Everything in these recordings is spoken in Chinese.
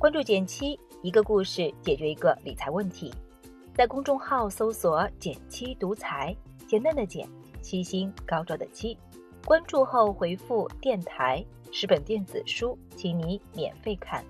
关注减七，一个故事解决一个理财问题。在公众号搜索减七独裁，简单的减，七星高照的七。关注后回复电台，10本电子书，请你免费看。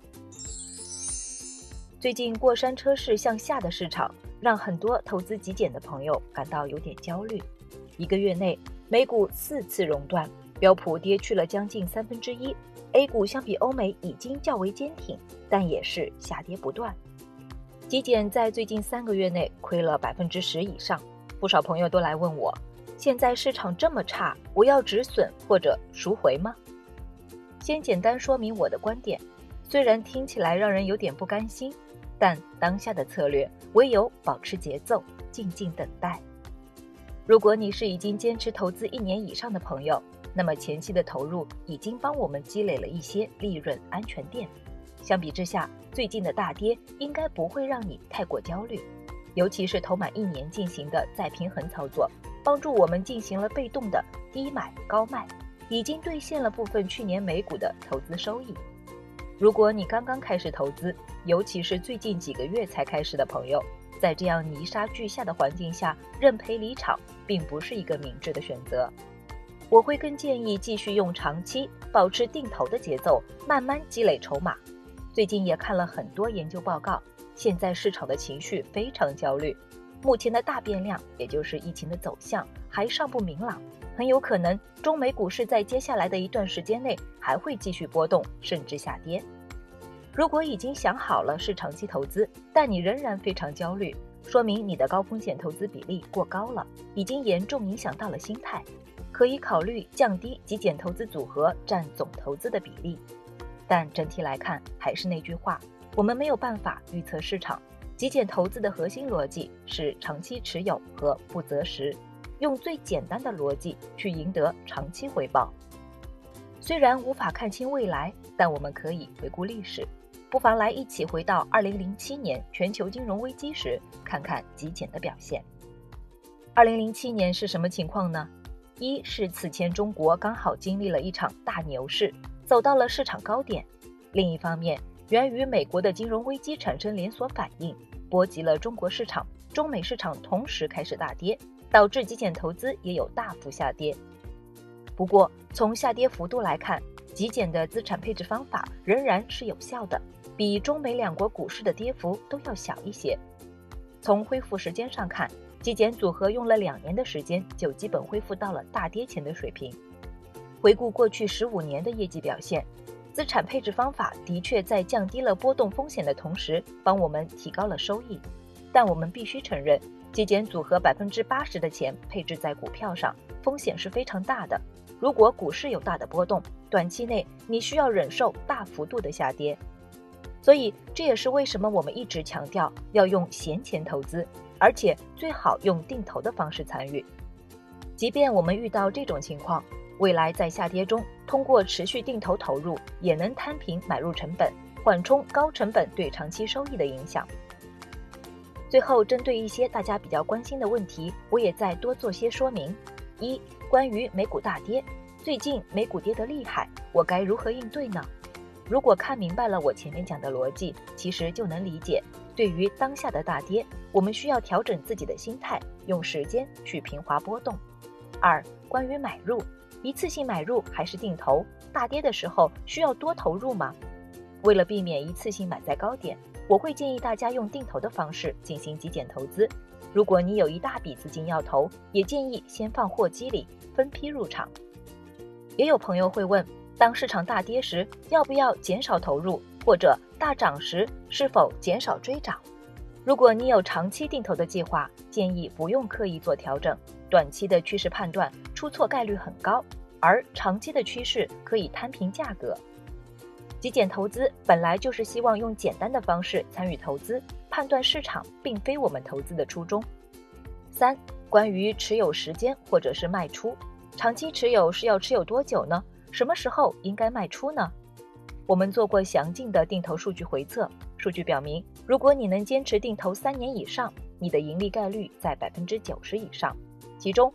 最近过山车式向下的市场，让很多投资极简的朋友感到有点焦虑。1个月内，美股4次熔断，标普跌去了将近1/3，A 股相比欧美已经较为坚挺，但也是下跌不断。极简在最近3个月内亏了10%以上，不少朋友都来问我，现在市场这么差，我要止损或者赎回吗？先简单说明我的观点，虽然听起来让人有点不甘心，但当下的策略唯有保持节奏，静静等待。如果你是已经坚持投资1年以上的朋友，那么前期的投入已经帮我们积累了一些利润安全垫。相比之下，最近的大跌应该不会让你太过焦虑，尤其是头满1年进行的再平衡操作，帮助我们进行了被动的低买高卖，已经兑现了部分去年美股的投资收益。如果你刚刚开始投资，尤其是最近几个月才开始的朋友，在这样泥沙俱下的环境下认赔离场，并不是一个明智的选择。我会更建议继续用长期保持定投的节奏，慢慢积累筹码。最近也看了很多研究报告，现在市场的情绪非常焦虑，目前的大变量，也就是疫情的走向还尚不明朗，很有可能中美股市在接下来的一段时间内还会继续波动，甚至下跌。如果已经想好了是长期投资，但你仍然非常焦虑，说明你的高风险投资比例过高了，已经严重影响到了心态，可以考虑降低极简投资组合占总投资的比例。但整体来看，还是那句话，我们没有办法预测市场，极简投资的核心逻辑是长期持有和不择时，用最简单的逻辑去赢得长期回报。虽然无法看清未来，但我们可以回顾历史，不妨来一起回到2007年全球金融危机时，看看极简的表现。2007年是什么情况呢？一是此前中国刚好经历了一场大牛市，走到了市场高点；另一方面，源于美国的金融危机产生连锁反应，波及了中国市场，中美市场同时开始大跌，导致极简投资也有大幅下跌。不过，从下跌幅度来看，极简的资产配置方法仍然是有效的，比中美两国股市的跌幅都要小一些。从恢复时间上看，极简组合用了2年的时间就基本恢复到了大跌前的水平。回顾过去15年的业绩表现，资产配置方法的确在降低了波动风险的同时，帮我们提高了收益。但我们必须承认，极简组合80%的钱配置在股票上，风险是非常大的。如果股市有大的波动，短期内你需要忍受大幅度的下跌。所以这也是为什么我们一直强调要用闲钱投资，而且最好用定投的方式参与。即便我们遇到这种情况，未来在下跌中，通过持续定投投入，也能摊平买入成本，缓冲高成本对长期收益的影响。最后，针对一些大家比较关心的问题，我也再多做些说明。一、关于美股大跌，最近美股跌得厉害，我该如何应对呢？如果看明白了我前面讲的逻辑，其实就能理解，对于当下的大跌，我们需要调整自己的心态，用时间去平滑波动。2、关于买入，一次性买入还是定投？大跌的时候需要多投入吗？为了避免一次性买在高点，我会建议大家用定投的方式进行极简投资。如果你有一大笔资金要投，也建议先放货机里，分批入场。也有朋友会问，当市场大跌时，要不要减少投入，或者大涨时是否减少追涨？如果你有长期定投的计划，建议不用刻意做调整，短期的趋势判断出错概率很高，而长期的趋势可以摊平价格。极简投资本来就是希望用简单的方式参与投资，判断市场并非我们投资的初衷。3、关于持有时间或者是卖出，长期持有是要持有多久呢？什么时候应该卖出呢？我们做过详尽的定投数据回测，数据表明，如果你能坚持定投3年以上，你的盈利概率在90%以上，其中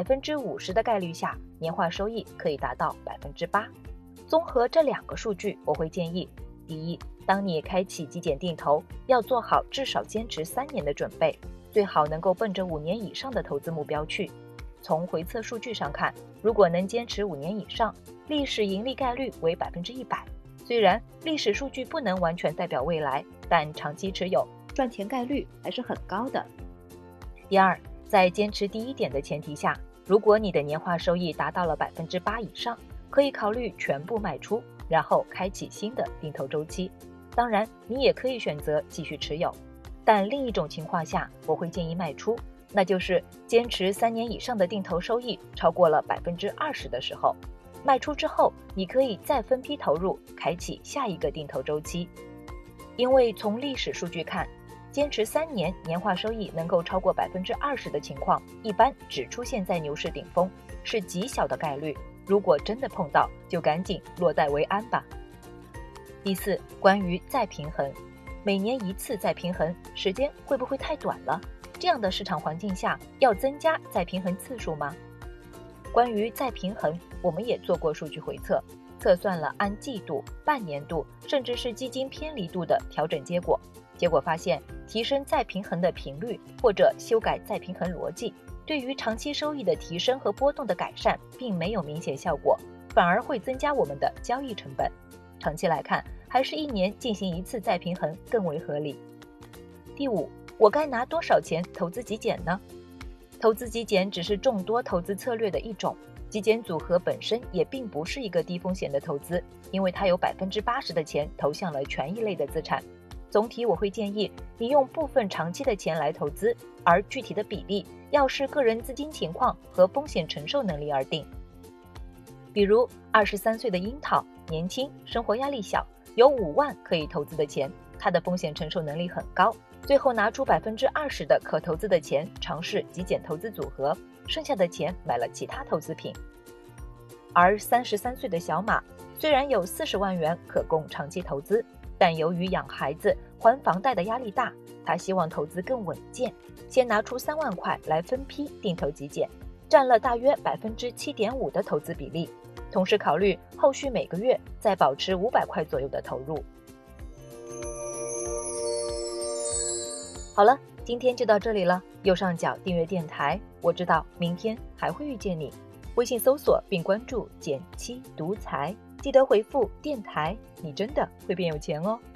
50%的概率下，年化收益可以达到8%。综合这2个数据，我会建议：第一， 当你开启极简定投，要做好至少坚持3年的准备，最好能够奔着5年以上的投资目标去。从回测数据上看，如果能坚持5年以上，历史盈利概率为100%。虽然历史数据不能完全代表未来，但长期持有赚钱概率还是很高的。第二，在坚持第一点的前提下，如果你的年化收益达到了8%以上，可以考虑全部卖出，然后开启新的定投周期。当然，你也可以选择继续持有，但另一种情况下，我会建议卖出，那就是坚持3年以上的定投收益超过了20%的时候，卖出之后，你可以再分批投入，开启下一个定投周期。因为从历史数据看，坚持3年年化收益能够超过20%的情况，一般只出现在牛市顶峰，是极小的概率。如果真的碰到，就赶紧落袋为安吧。第四，关于再平衡，每年1次再平衡，时间会不会太短了？这样的市场环境下，要增加再平衡次数吗？关于再平衡，我们也做过数据回测，测算了按季度、半年度，甚至是基金偏离度的调整结果。结果发现，提升再平衡的频率或者修改再平衡逻辑，对于长期收益的提升和波动的改善并没有明显效果，反而会增加我们的交易成本。长期来看，还是1年进行1次再平衡更为合理。第五，我该拿多少钱投资极简呢？投资极简只是众多投资策略的一种，极简组合本身也并不是一个低风险的投资，因为它有80%的钱投向了权益类的资产。总体我会建议你用部分长期的钱来投资，而具体的比例要视个人资金情况和风险承受能力而定。比如23岁的樱桃，年轻，生活压力小，有5万可以投资的钱，他的风险承受能力很高，最后拿出20%的可投资的钱尝试极简投资组合，剩下的钱买了其他投资品。而33岁的小马，虽然有40万元可供长期投资，但由于养孩子、还房贷的压力大，他希望投资更稳健，先拿出3万块来分批定投极简，占了大约7.5%的投资比例，同时考虑后续每个月再保持500块左右的投入。好了，今天就到这里了，右上角订阅电台，我知道明天还会遇见你。微信搜索并关注减7独裁，记得回复电台，你真的会变有钱哦。